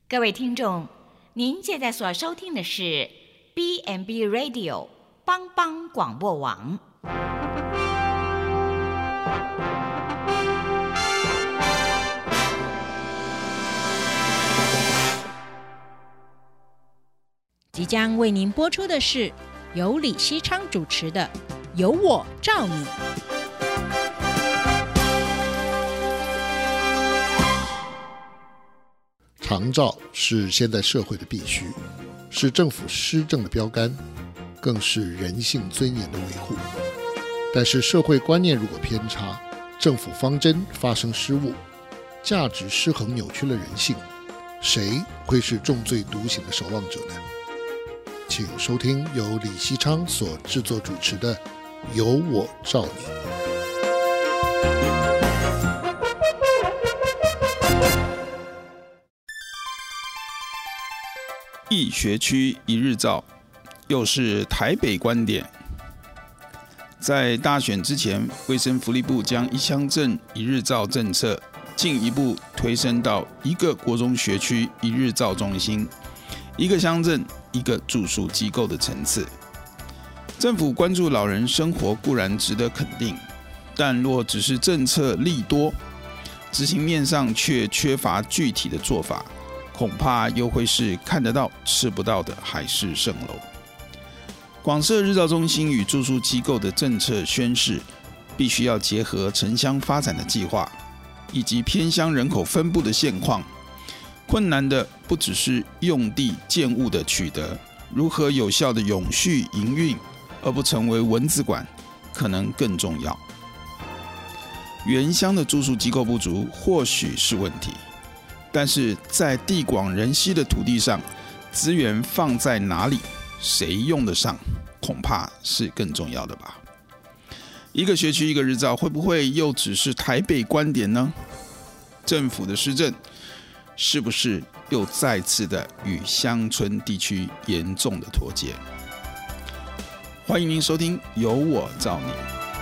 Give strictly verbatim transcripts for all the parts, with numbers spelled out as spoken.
各位听众，您现在所收听的是 B and B Radio 帮帮广播网。 即将为您播出的是由李希昌主持的《有我照你》。 长照是现代社会的必须，是政府施政的标杆，更是人性尊严的维护。但是社会观念如果偏差，政府方针发生失误，价值失衡扭曲了人性，谁会是重罪独行的守望者呢？请收听由李希昌所制作主持的《有我照你》。 一学区一日照，又是台北观点。在大选之前，卫生福利部将一乡镇一日照政策进一步推升到一个国中学区一日照中心，一个乡镇一个住宿机构的层次。政府关注老人生活固然值得肯定，但若只是政策利多，执行面上却缺乏具体的做法，恐怕又会是看得到吃不到的海市蜃楼。广设日照中心与住宿机构的政策宣示，必须要结合城乡发展的计划，以及偏乡人口分布的现况。困难的不只是用地建物的取得，如何有效的永续营运，而不成为蚊子馆，可能更重要。原乡的住宿机构不足，或许是问题。但是在地广人稀的土地上，资源放在哪里，谁用得上，恐怕是更重要的吧。一个学区一个日照，会不会又只是台北观点呢？政府的施政是不是又再次的与乡村地区严重的脱节？欢迎您收听《有我照你》。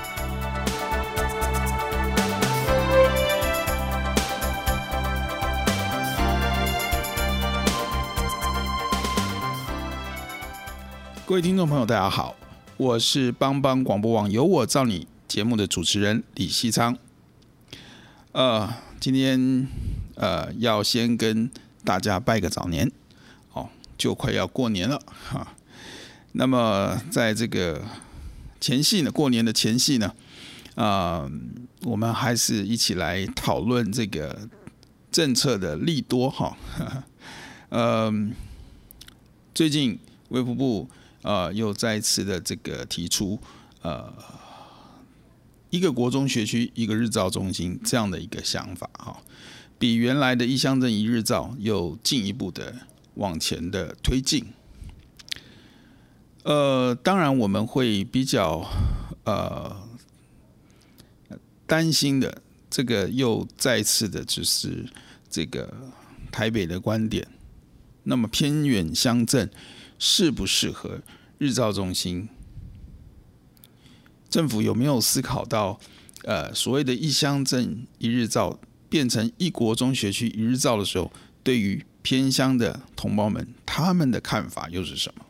各位听众朋友大家好，我是帮帮广播网有我照你节目的主持人李希昌。呃，今天呃要先跟大家拜个早年哦，就快要过年了哈。那么在这个前夕呢，过年的前夕呢，啊、呃，我们还是一起来讨论这个政策的利多哈。呃，最近卫福部呃，又再次的这个提出，呃，一个国中学区一个日照中心这样的一个想法哈，比原来的一乡镇一日照又进一步的往前的推进。呃，当然我们会比较呃担心的，这个又再次的就是这个台北的观点，那么偏远乡镇适不适合日照中心？政府有没有思考到，呃，所谓的一乡镇一日照变成一国中学区一日照的时候，对于偏乡的同胞们，他们的看法又是什么？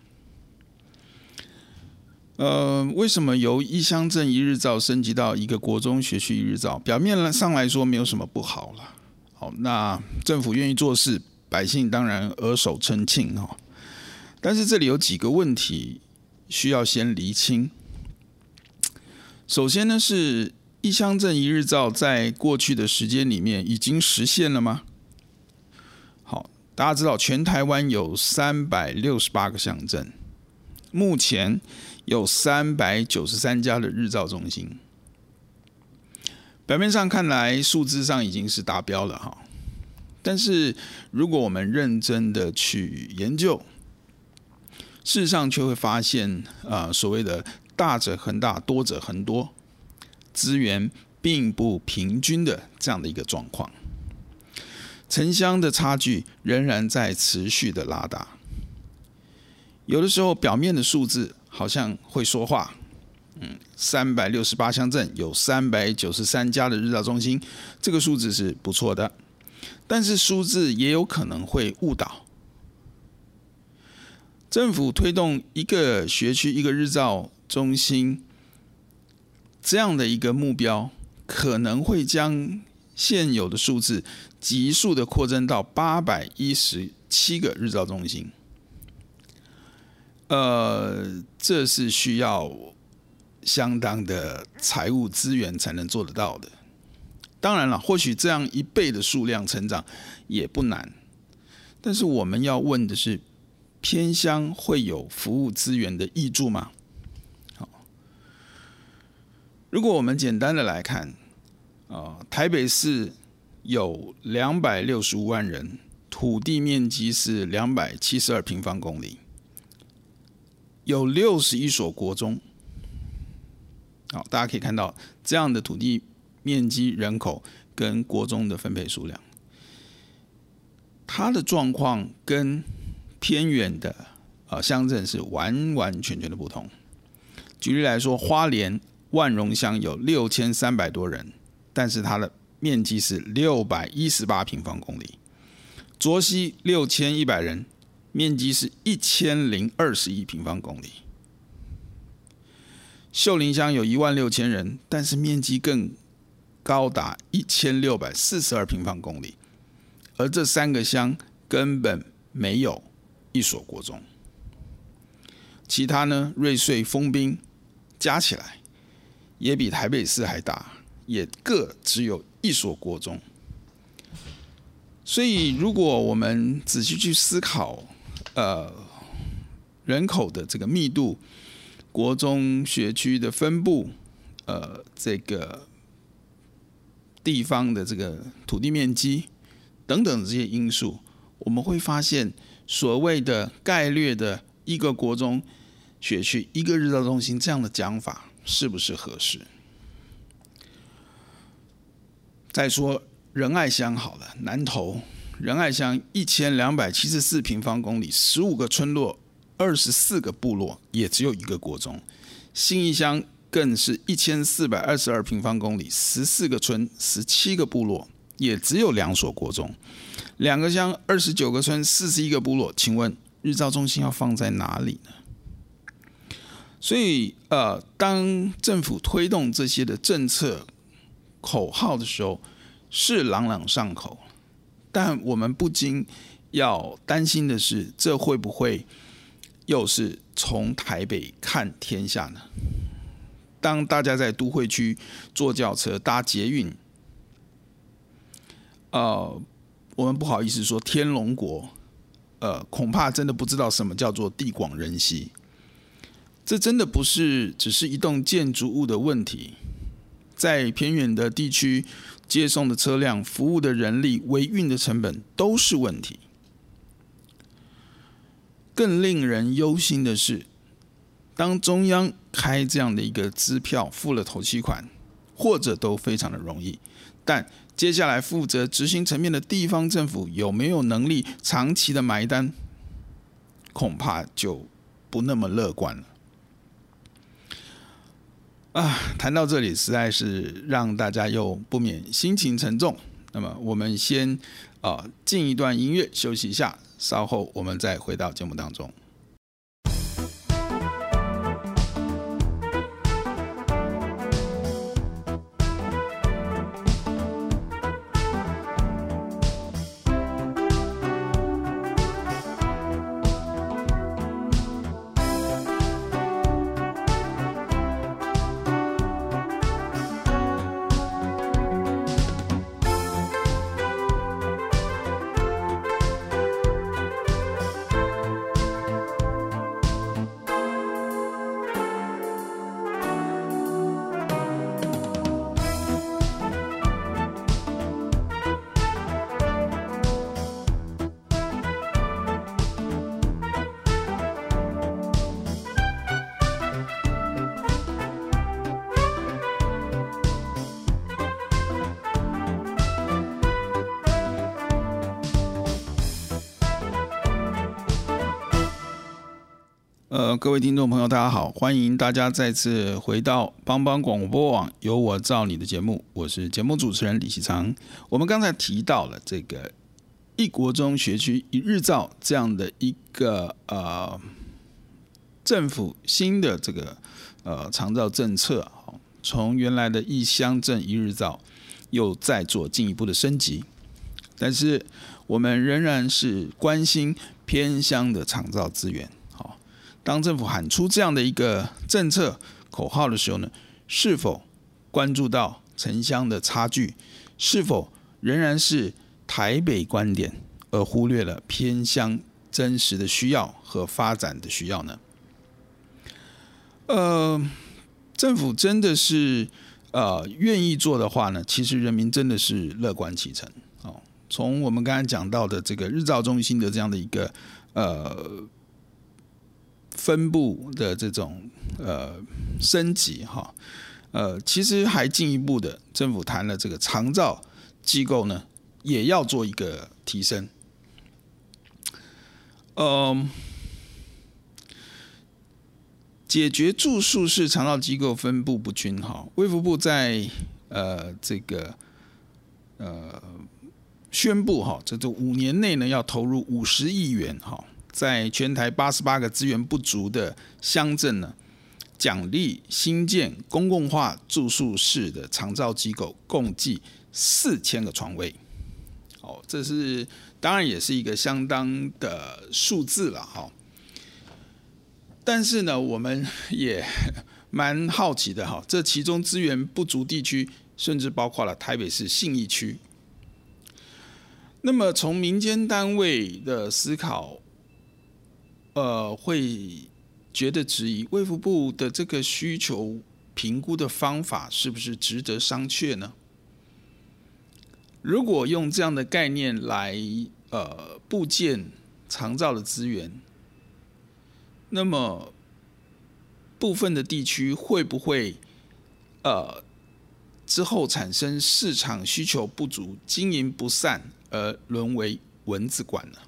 呃，为什么由一乡镇一日照升级到一个国中学区一日照？表面上来说没有什么不好了。好，那政府愿意做事，百姓当然额手称庆哈。但是这里有几个问题需要先厘清。首先呢，是一乡镇一日照在过去的时间里面已经实现了吗？好，大家知道全台湾有三百六十八个乡镇，目前有三百九十三家的日照中心。表面上看来数字上已经是达标了哈，但是如果我们认真的去研究，事实上却会发现，呃，所谓的大者恒大，多者恒多，资源并不平均的这样的一个状况，城乡的差距仍然在持续的拉大。有的时候表面的数字好像会说话，嗯，三百六十八乡镇有三百九十三家的日照中心，这个数字是不错的。 但是数字也有可能会误导。政府推动一个学区一个日照中心这样的一个目标，可能会将现有的数字急速的扩增到八百一十七个日照中心。呃，这是需要相当的财务资源才能做得到的。当然了，或许这样一倍的数量成长也不难，但是我们要问的是，偏乡会有服务资源的挹注吗？好，如果我们简单的来看，呃、台北市有两百六十五万人，土地面积是两百七十二平方公里，有六十一所国中。好，大家可以看到这样的土地面积、人口跟国中的分配数量，它的状况跟偏远的呃乡镇是完完全全的不同。举例来说，花莲万荣乡有六千三百多人，但是它的面积是六百一十八平方公里；卓溪六千一百人，面积是一千零二十一平方公里；秀林乡有一万六千人，但是面积更高达一千六百四十二平方公里，而这三个乡根本没有一所国中。其他呢，瑞穗、丰滨加起来也比台北市还大，也各只有一所国中。所以，如果我们仔细去思考，呃，人口的这个密度、国中学区的分布，呃，这个地方的这个土地面积等等这些因素，我们会发现，所谓的概略的一个国中学区、一个日照中心这样的讲法是不是合适？再说仁爱乡好了，南投仁爱乡一千两百七十四平方公里，十五个村落，二十四个部落，也只有一个国中。信义乡更是一千四百二十二平方公里，十四个村，十七个部落，也只有两所国中。两个乡，二十九个村，四十一个部落，请问日照中心要放在哪里呢？所以，呃，当政府推动这些的政策口号的时候，是朗朗上口，但我们不禁要担心的是，这会不会又是从台北看天下呢？当大家在都会区坐轿车、搭捷运，呃，我们不好意思说天龙国，呃，恐怕真的不知道什么叫做地广人稀。这真的不是只是一栋建筑物的问题，在偏远的地区，接送的车辆、服务的人力、维运的成本都是问题。更令人忧心的是，当中央开这样的一个支票，付了头期款，或者都非常的容易，但接下来负责执行层面的地方政府有没有能力长期的埋单，恐怕就不那么乐观了。啊，谈到这里，实在是让大家又不免心情沉重。那么，我们先啊进一段音乐休息一下，稍后我们再回到节目当中。 呃，各位听众朋友，大家好，欢迎大家再次回到帮帮广播网由我照你的节目，我是节目主持人李希昌。我们刚才提到了这个一国中学区一日照这样的一个呃政府新的这个呃长照政策，从原来的一乡镇一日照又再做进一步的升级，但是我们仍然是关心偏乡的长照资源。当政府喊出这样的一个政策口号的时候呢，是否关注到城乡的差距？是否仍然是台北观点，而忽略了偏乡真实的需要和发展的需要呢？呃，政府真的是呃愿意做的话呢，其实人民真的是乐观其成。哦，从我们刚才讲到的这个日照中心的这样的一个呃。分布的这种呃升级哈，呃，其实还进一步的，政府谈了这个长照机构呢，也要做一个提升。呃，解决住宿式长照机构分布不均哈，卫福部在呃这个呃宣布哈，这这五年内呢要投入五十亿元哈。在全台八十八个资源不足的乡镇呢，奖励新建公共化住宿式的长照机构，共计四千个床位。哦，这是当然也是一个相当的数字了哈。但是呢，我们也蛮好奇的哈，这其中资源不足地区，甚至包括了台北市信义区。那么从民间单位的思考。呃，会觉得质疑卫福部的这个需求评估的方法是不是值得商榷呢？如果用这样的概念来呃布建长照的资源，那么部分的地区会不会呃之后产生市场需求不足、经营不善而沦为蚊子馆呢？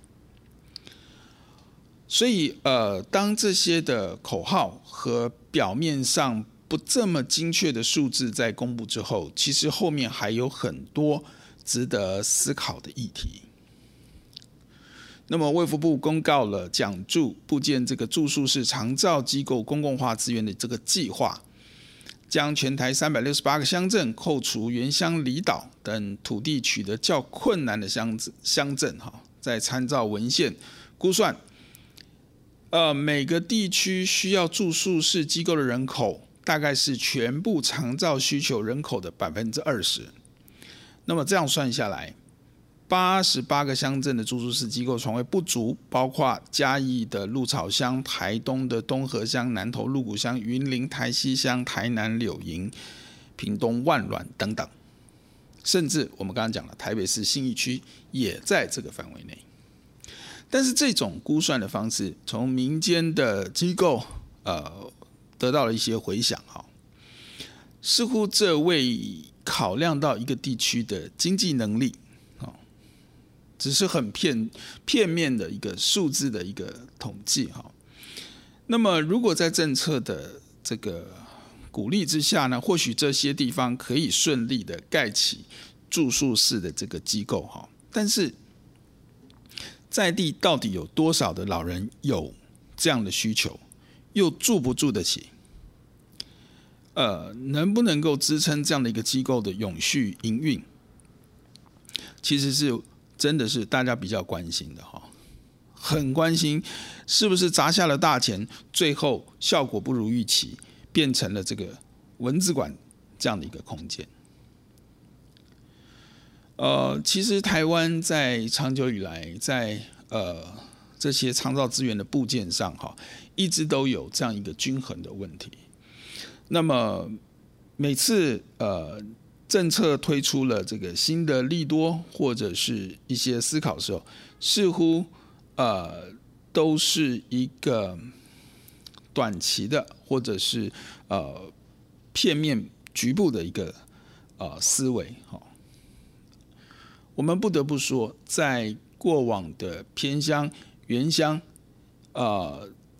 所以，呃，当这些的口号和表面上不这么精确的数字在公布之后，其实后面还有很多值得思考的议题。那么，卫福部公告了奖助布建这个住宿式长照机构公共化资源的这个计划，将全台三百六十八个乡镇扣除原乡离岛等土地取得较困难的乡乡镇，哈，在参照文献估算。呃，每个地区需要住宿式机构的人口，大概是全部长照需求人口的百分之二十。那么这样算下来，八十八个乡镇的住宿式机构床位不足，包括嘉义的鹿草乡、台东的东河乡、南投鹿谷乡、云林台西乡、台南柳营、屏东万峦等等，甚至我们刚刚讲了，台北市信义区也在这个范围内。但是这种估算的方式，从民间的机构呃得到了一些回响哈，似乎这未考量到一个地区的经济能力，只是很片片面的一个数字的一个统计哈。那么，如果在政策的这个鼓励之下呢，或许这些地方可以顺利的盖起住宿式的这个机构哈，但是。在地到底有多少的老人有这样的需求，又住不住得起？呃，能不能够支撑这样的一个机构的永续营运？其实是真的是大家比较关心的哈，很关心是不是砸下了大钱，最后效果不如预期，变成了这个蚊子馆这样的一个空间。呃，其实台湾在长久以来，在呃这些长照资源的布建上，哈，一直都有这样一个均衡的问题。那么每次呃政策推出了这个新的利多或者是一些思考的时候，似乎呃都是一个短期的或者是呃片面局部的一个呃思维，哈。我们不得不说，在过往的偏乡、原乡，呃，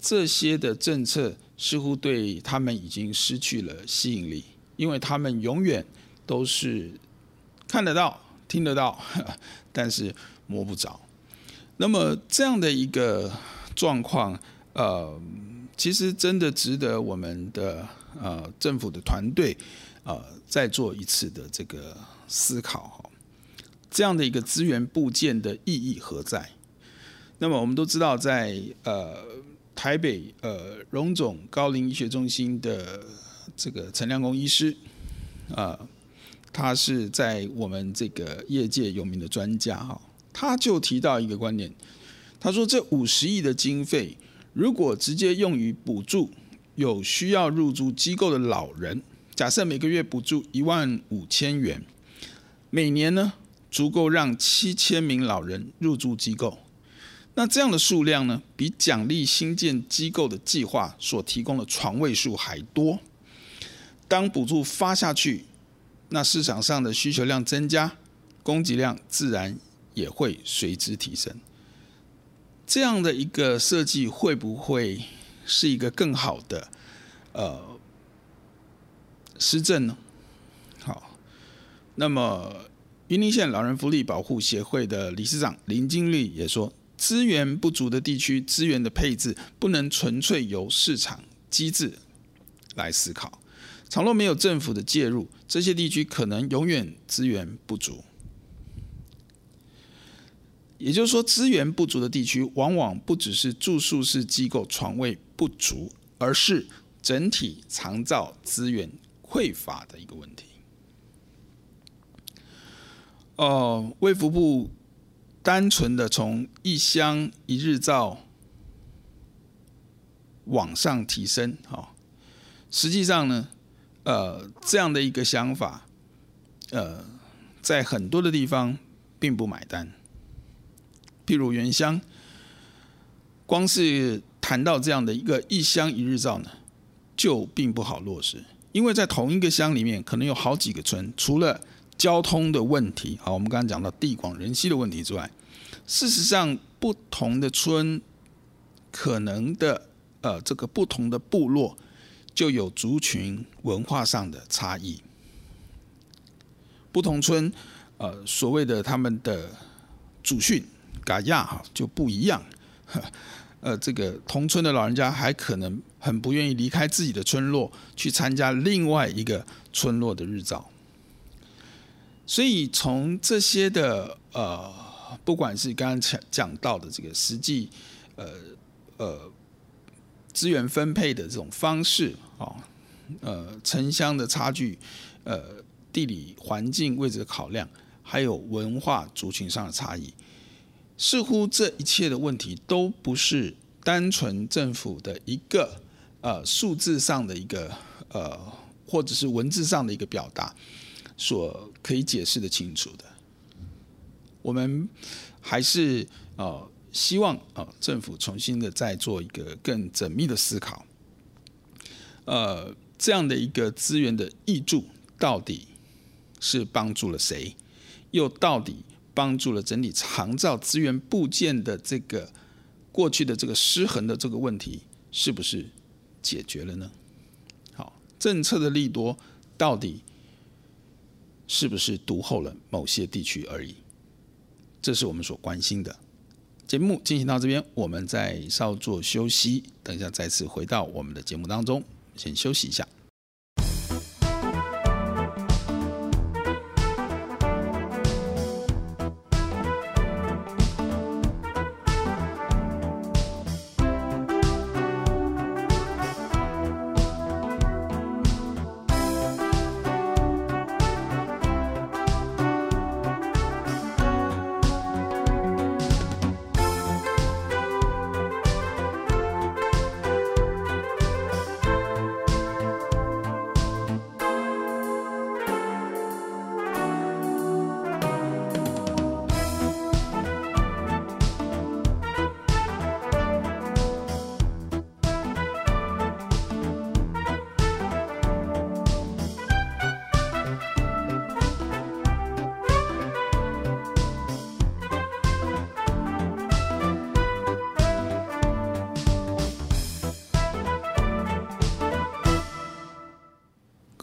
这些的政策似乎对他们已经失去了吸引力，因为他们永远都是看得到、听得到，但是摸不着。那么这样的一个状况，呃，其实真的值得我们的呃政府的团队呃再做一次的这个思考。这样的一个资源部件的意义何在？那么我们都知道在，在呃台北呃荣总高龄医学中心的这个陈亮公医师，啊、呃，他是在我们这个业界有名的专家哈，他就提到一个观点，他说这五十亿的经费，如果直接用于补助有需要入住机构的老人，假设每个月补助一万五千元，每年呢足够让七千名老人入住机构。那这样的数量呢，比奖励新建机构的计划所提供的床位数还多。当补助发下去，那市场上的需求量增加，供给量自然也会随之提升。这样的一个设计会不会是一个更好的呃施政呢？好，那么云林县老人福利保护协会的理事长林经理也说，资源不足的地区，资源的配置不能纯粹由市场机制来思考。倘若没有政府的介入，这些地区可能永远资源不足。也就是说，资源不足的地区，往往不只是住宿式机构床位不足，而是整体长照资源匮乏的一个问题。呃，卫福部单纯的从一乡一日照往上提升，哦，实际上呢，呃，这样的一个想法，呃，在很多的地方并不买单。譬如原乡，光是谈到这样的一个一乡一日照呢，就并不好落实，因为在同一个乡里面可能有好几个村，除了交通的问题，好，我们刚刚讲到地广人稀的问题之外，事实上不同的村可能的呃这个不同的部落就有族群文化上的差异，不同村呃所谓的他们的祖训嘎亚就不一样，呃，这个同村的老人家还可能很不愿意离开自己的村落去参加另外一个村落的日照，所以从这些的呃，不管是刚刚讲到的这个实际呃呃资源分配的这种方式啊，呃城乡的差距，呃地理环境位置的考量，还有文化族群上的差异。似乎这一切的问题都不是单纯政府的一个呃数字上的一个呃或者是文字上的一个表达所可以解释的清楚的。我们还是呃希望呃政府重新的再做一个更缜密的思考，呃这样的一个资源的挹注到底是帮助了谁，又到底帮助了整体长照资源部件的这个过去的这个失衡的这个问题是不是解决了呢？好，政策的利多到底是不是独厚了某些地区而已？这是我们所关心的。节目进行到这边，我们再稍作休息，等一下再次回到我们的节目当中，先休息一下。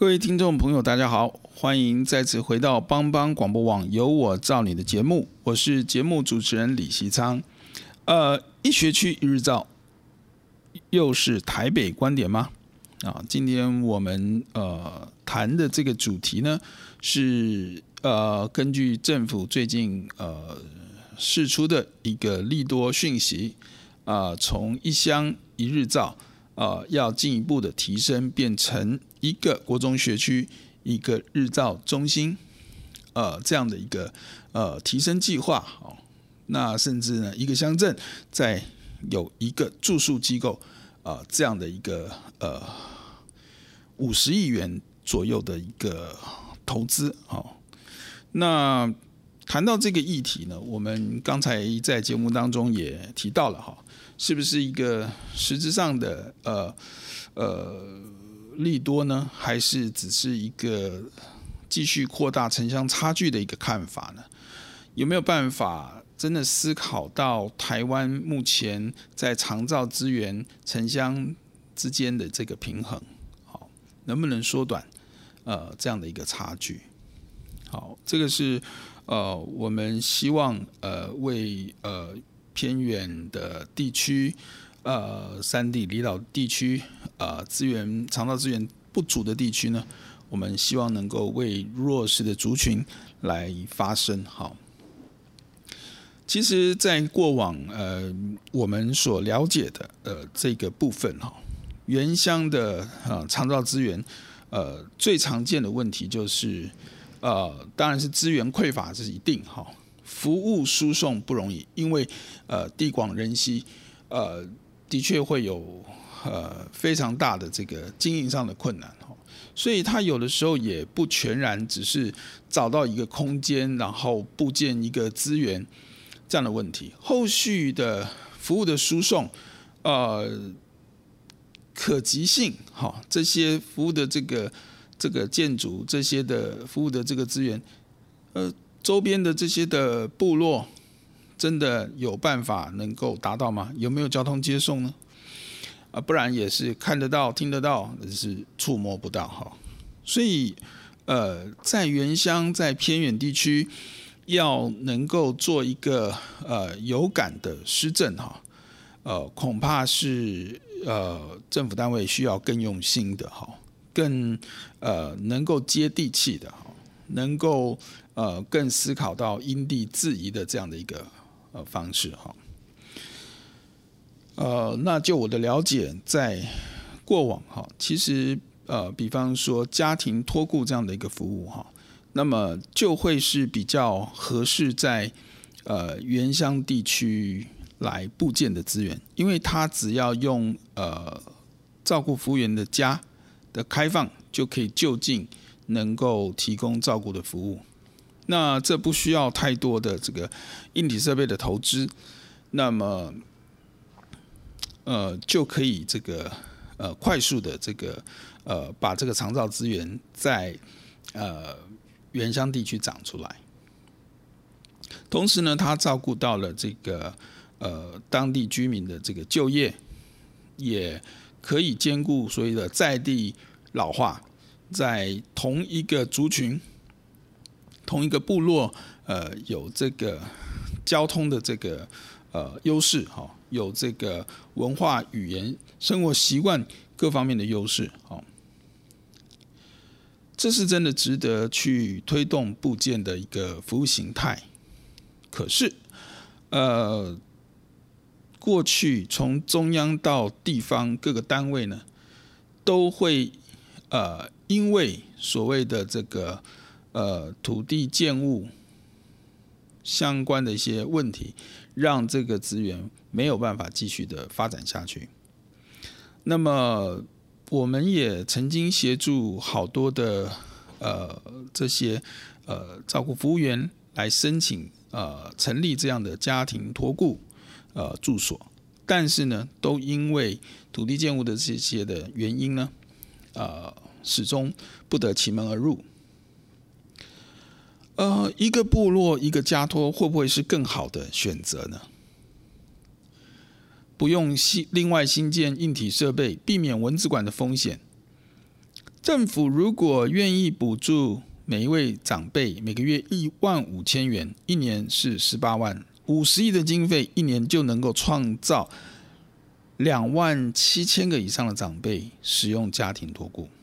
各位听众朋友大家好，欢迎再次回到帮帮广播网有我照你的节目，我是节目主持人李希昌。呃，一学区一日照，又是台北观点吗？啊，今天我们呃谈的这个主题呢，是呃根据政府最近呃释出的一个利多讯息，啊、呃，从一乡一日照，呃，要进一步的提升，变成一个国中学区一个日照中心，呃，这样的一个呃提升计划哦。那甚至呢，一个乡镇在有一个住宿机构，呃，这样的一个呃五十亿元左右的一个投资哦。那谈到这个议题呢，我们刚才在节目当中也提到了哈，是不是一个实质上的呃呃利多呢，还是只是一个继续扩大城乡差距的一个看法呢？有没有办法真的思考到台湾目前在长照资源城乡之间的这个平衡，好，能不能缩短呃这样的一个差距？好，这个是呃我们希望呃为呃偏远的地区、呃山地离岛地区、呃资源长照资源不足的地区呢，我们希望能够为弱势的族群来发声。好。其实，在过往呃我们所了解的呃这个部分哈，原乡的呃长照资源呃最常见的问题就是呃当然是资源匮乏，这是一定哈，服务输送不容易，因为呃地广人稀，呃的确会有呃非常大的这个经营上的困难哈，所以它有的时候也不全然只是找到一个空间，然后布建一个资源。这样的问题，后续的服务的输送，呃，可及性，哈，这些服务的这个这个建筑，这些的服务的这个资源，呃，周边的这些的部落，真的有办法能够达到吗？有没有交通接送呢？啊，不然也是看得到、听得到，只是触摸不到哈。所以，呃，在原乡、在偏远地区。要能够做一个呃有感的施政哈，呃恐怕是呃政府单位需要更用心的哈，更呃能够接地气的哈，能够呃更思考到因地制宜的这样的一个呃方式哈。呃，那就我的了解，在过往哈，其实呃比方说家庭托顾这样的一个服务哈。那么就会是比较合适在呃原乡地区来布建的资源，因为它只要用呃照顾服务员的家的开放，就可以就近能够提供照顾的服务。那这不需要太多的这个硬体设备的投资，那么呃就可以这个呃快速的这个呃把这个长照资源在呃原乡地区长出来，同时呢，他照顾到了这个呃当地居民的这个就业，也可以兼顾所谓的在地老化，在同一个族群、同一个部落，呃，有这个交通的这个呃优势，哈，有这个文化、语言、生活习惯各方面的优势，哈。这是真的值得去推动布建的一个服务形态。可是，呃，过去从中央到地方各个单位呢，都会呃因为所谓的这个呃土地建物相关的一些问题，让这个资源没有办法继续的发展下去。那么我们也曾经协助好多的呃这些呃照顾服务员来申请呃成立这样的家庭托顾呃住所，但是呢，都因为土地建物的这些的原因呢，呃始终不得其门而入。呃，一个部落一个家托会不会是更好的选择呢？不用另外新建硬体设备，避免蚊子馆的风险， 政府如果愿意补助每一位长辈每个月一万五千元，一年是十八万，五十亿的经费，一年就能够创造两万七千个以上的长辈使用家庭托顾。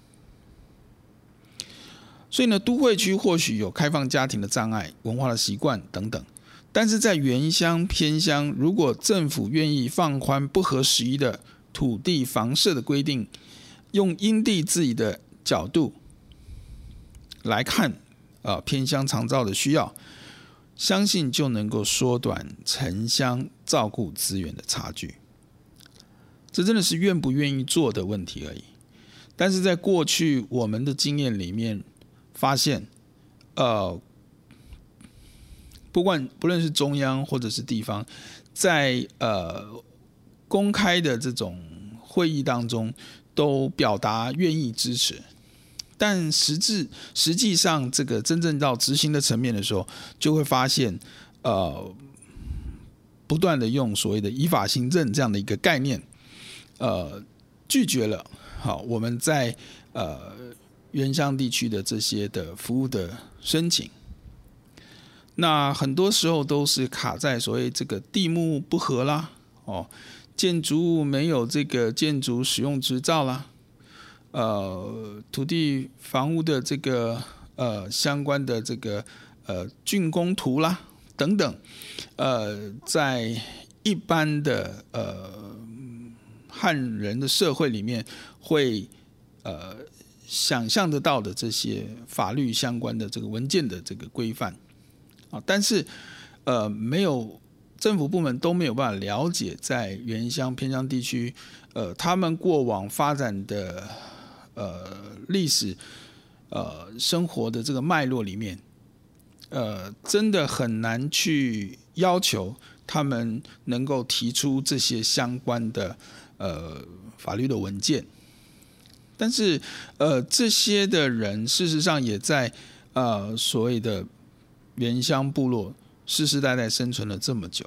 所以呢，都会区或许有开放家庭的障碍、文化的习惯等等，但是在原乡偏乡，如果政府愿意放宽不合时宜的土地房舍的规定，用因地制宜的角度来看、呃、偏乡长照的需要，相信就能够缩短城乡照顾资源的差距。这真的是愿不愿意做的问题而已。但是在过去我们的经验里面发现，呃，不管不论是中央或者是地方，在呃公开的这种会议当中，都表达愿意支持，但实质实际上这个真正到执行的层面的时候，就会发现，呃，不断的用所谓的依法行政这样的一个概念，呃，拒绝了好我们在呃原乡地区的这些的服务的申请。那很多时候都是卡在所谓这个地目不合啦，哦，建筑物没有这个建筑使用执照啦，呃，土地房屋的这个呃相关的这个呃竣工图啦等等，呃，在一般的呃汉人的社会里面会呃想象得到的这些法律相关的这个文件的这个规范。但是，呃，没有政府部门都没有办法了解在原乡偏乡地区，呃，他们过往发展的呃历史，呃生活的这个脉络里面，呃，真的很难去要求他们能够提出这些相关的呃法律的文件。但是，呃，这些的人事实上也在呃所谓的原乡部落世世代代生存了这么久，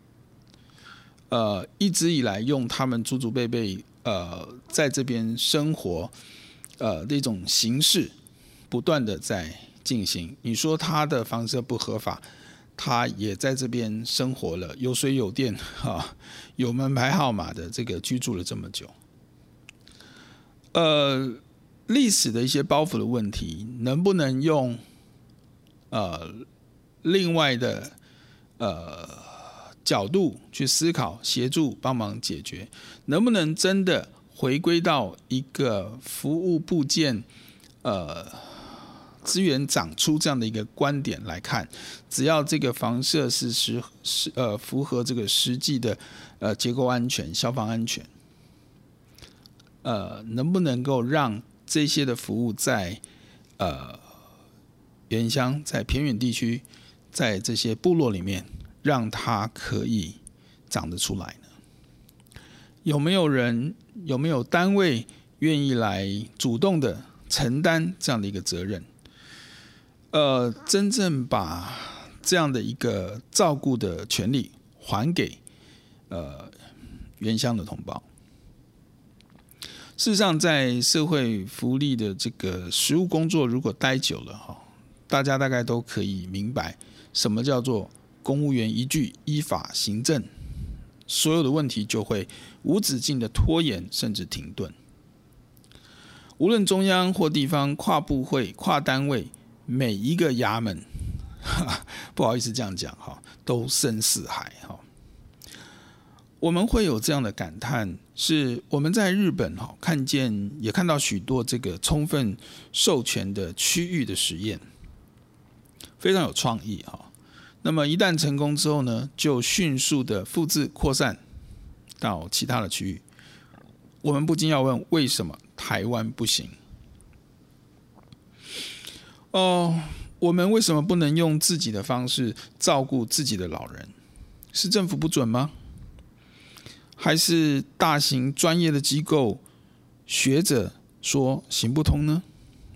呃，一直以来用他们祖祖辈辈呃在这边生活呃的一种形式，不断的在进行。你说他的房舍不合法，他也在这边生活了，有水有电啊，有门牌号码的这个居住了这么久。呃，历史的一些包袱的问题，能不能用呃另外的呃角度去思考，协助帮忙解决？能不能真的回归到一个服务部件呃资源长出这样的一个观点来看？只要这个房舍是实呃符合这个实际的呃结构安全、消防安全，呃，能不能够让这些的服务在呃原乡、在偏远地区，在这些部落里面，让它可以长得出来呢？有没有人、有没有单位愿意来主动的承担这样的一个责任？呃，真正把这样的一个照顾的权利还给呃原乡的同胞。事实上，在社会福利的这个实务工作，如果待久了，大家大概都可以明白什么叫做公务员依据依法行政，所有的问题就会无止境的拖延甚至停顿。无论中央或地方跨部会、跨单位，每一个衙门，不好意思这样讲，都深似海。我们会有这样的感叹，是我们在日本看见也看到许多这个充分授权的区域的实验，非常有创意。那么一旦成功之后呢，就迅速的复制扩散到其他的区域。我们不禁要问，为什么台湾不行？哦，我们为什么不能用自己的方式照顾自己的老人？是政府不准吗？还是大型专业的机构学者说行不通呢？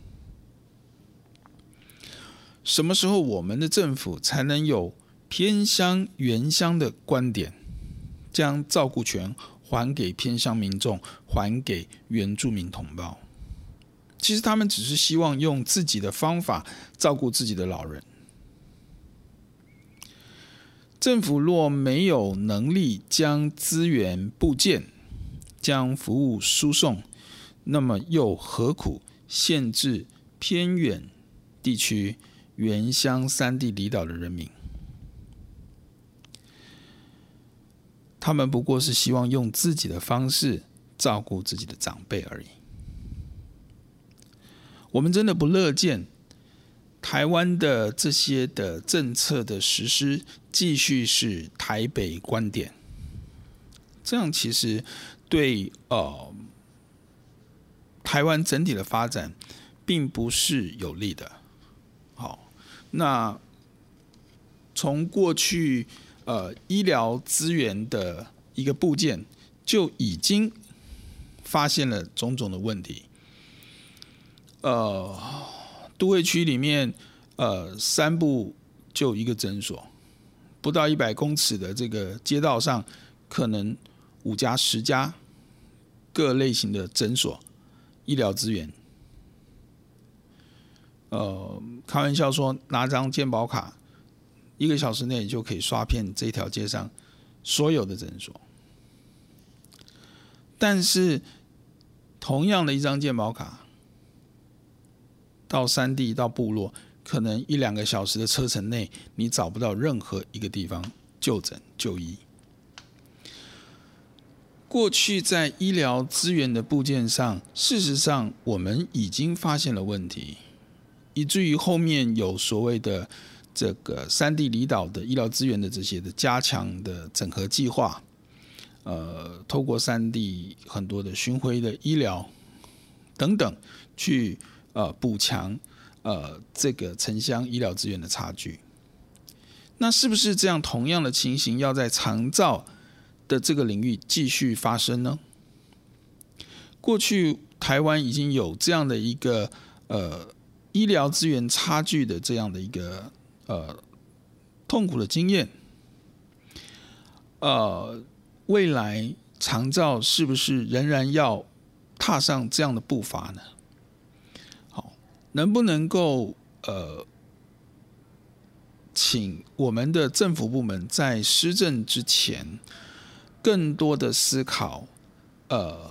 什么时候我们的政府才能有偏乡原乡的观点，将照顾权还给偏乡民众，还给原住民同胞？ 其实他们只是希望用自己的方法照顾自己的老人。政府若没有能力将资源布建，将服务输送，那么又何苦限制偏远地区原乡山地离岛的人民？他们不过是希望用自己的方式照顾自己的长辈而已。我们真的不乐见台湾的这些的政策的实施继续是台北观点，这样其实对呃台湾整体的发展并不是有利的。好，那从过去呃医疗资源的一个部件就已经发现了种种的问题。呃，都会区里面，呃，三部就一个诊所，不到一百公尺的这个街道上，可能五家、十家各类型的诊所、医疗资源。呃，开玩笑说，拿张健保卡，一个小时内就可以刷遍这条街上所有的诊所。但是，同样的一张健保卡，到山地到部落，可能一两个小时的车程内，你找不到任何一个地方就诊就医。过去在医疗资源的部件上，事实上我们已经发现了问题，以至于后面有所谓的这个山地离岛的医疗资源的这些的加强的整合计划，呃，透过山地很多的巡回的医疗等等去。呃，补强呃这个城乡医疗资源的差距，那是不是这样同样的情形要在长照的这个领域继续发生呢？过去台湾已经有这样的一个呃医疗资源差距的这样的一个呃痛苦的经验，呃，未来长照是不是仍然要踏上这样的步伐呢？能不能够呃，请我们的政府部门在施政之前，更多的思考呃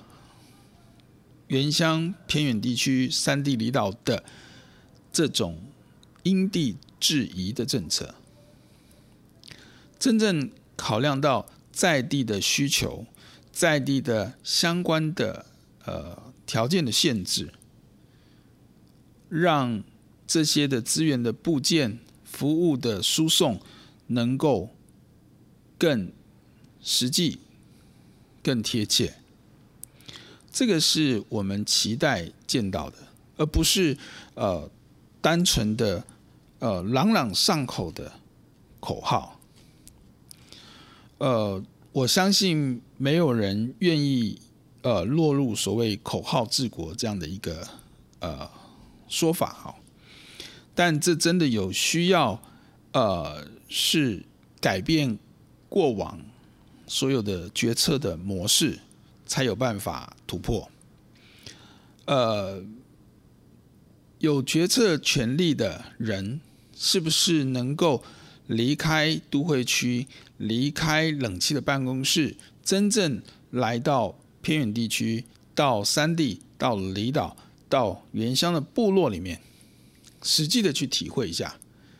原乡偏远地区、山地离岛的这种因地制宜的政策，真正考量到在地的需求、在地的相关的呃条件的限制。让这些的资源的部件、服务的输送能够更实际、更贴切，这个是我们期待见到的，而不是呃单纯的呃朗朗上口的口号。呃，我相信没有人愿意呃落入所谓口号治国这样的一个呃。说法好，但这真的有需要，呃，是改变过往所有的决策的模式，才有办法突破。呃，有决策权力的人，是不是能够离开都会区，离开冷气的办公室，真正来到偏远地区，到山地，到离岛？到原乡的部落里面，实际的去体会一下，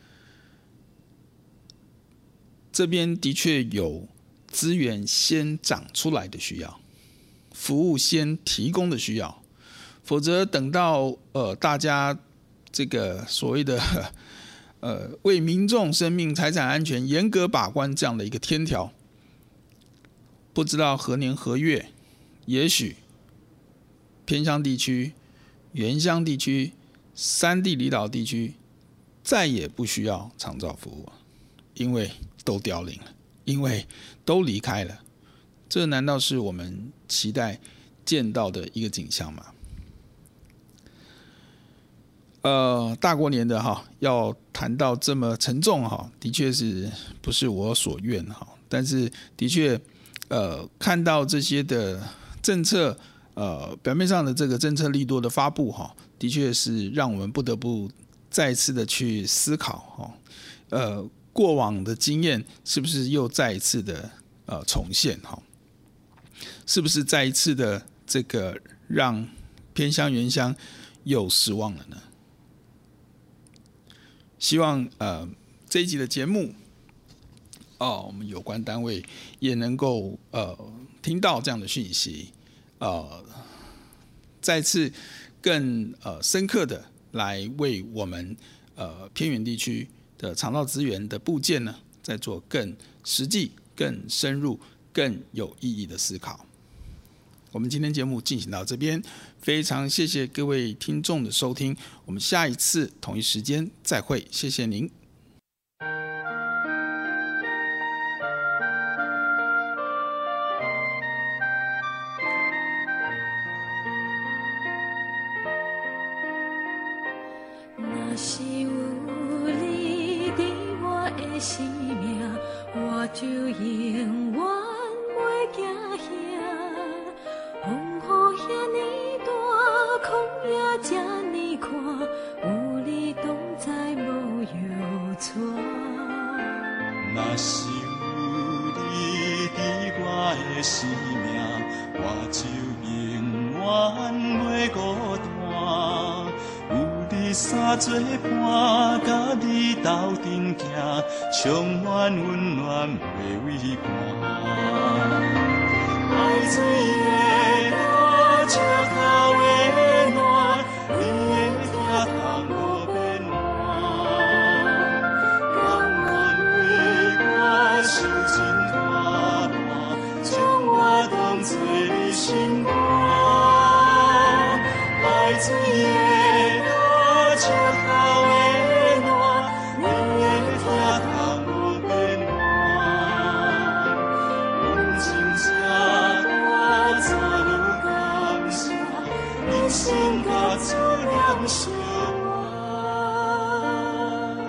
这边的确有资源先长出来的需要，服务先提供的需要，否则等到呃大家这个所谓的呃为民众生命财产安全严格把关这样的一个天条，不知道何年何月，也许偏乡地区。原乡地区、山地离岛地区再也不需要长照服务，因为都凋零了，因为都离开了。这难道是我们期待见到的一个景象吗？呃，大过年的哈，要谈到这么沉重哈，的确是不是我所愿哈？但是的确，呃，看到这些的政策。 呃，表面上的这个政策利多的发布哈，的确是让我们不得不再次的去思考哈，呃，过往的经验是不是又再一次的呃重现哈？是不是再一次的这个让偏乡原乡又失望了呢？希望呃这一集的节目哦，我们有关单位也能够呃听到这样的讯息，呃，再次更呃深刻的来为我们呃偏远地区的长照资源的部件呢，再做更实际、更深入、更有意义的思考。我们今天节目进行到这边，非常谢谢各位听众的收听，我们下一次同一时间再会，谢谢您。 若是有你伫我的生命，我就永远袂惊吓。风雨遐尼大，空也这尼宽，有你同在无忧愁。若是有你伫我的生命，我就永远袂孤单。有你三做伴，甲你斗阵行，充满温暖袂畏寒。爱水的路，石头的暖，你的疼通无变换。甘愿为我受尽大难，将我当作你心肝。爱水的路，石头的暖，你的疼通无变换。温情这怎能感谢？你心甲主念相爱。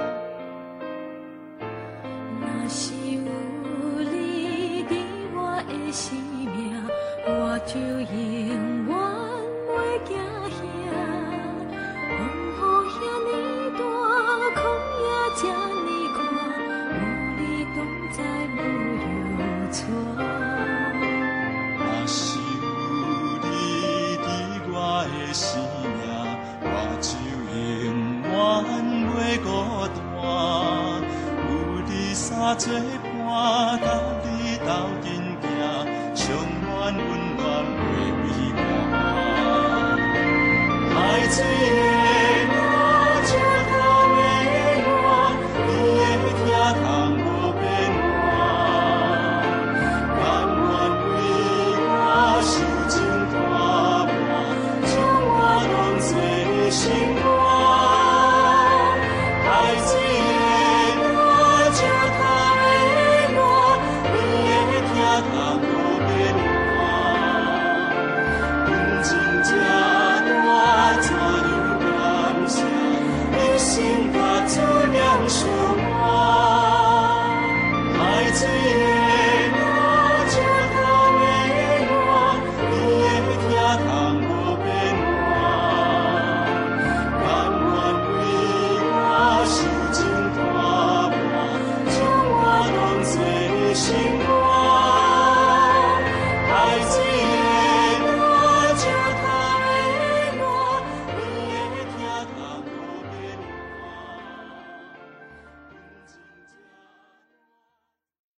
若是有你伫我的生命，我就永远袂惊吓。风雨遐尼大，空也这尼宽，有你同在无忧愁。若是有你伫我的生命，我就永远袂孤单。有你三做伴，甲你斗阵行，充满温暖袂畏寒。爱水的路，石头的暖，你的疼通无变换。甘愿为我受尽大难，将我当作你心肝。爱水的路，石头的暖，你的疼通无变换。温情这大，怎样感谢？你心甲主念相爱。爱水的路，石头的暖，你的疼通无变换。甘愿为我受尽大难，将我当作你心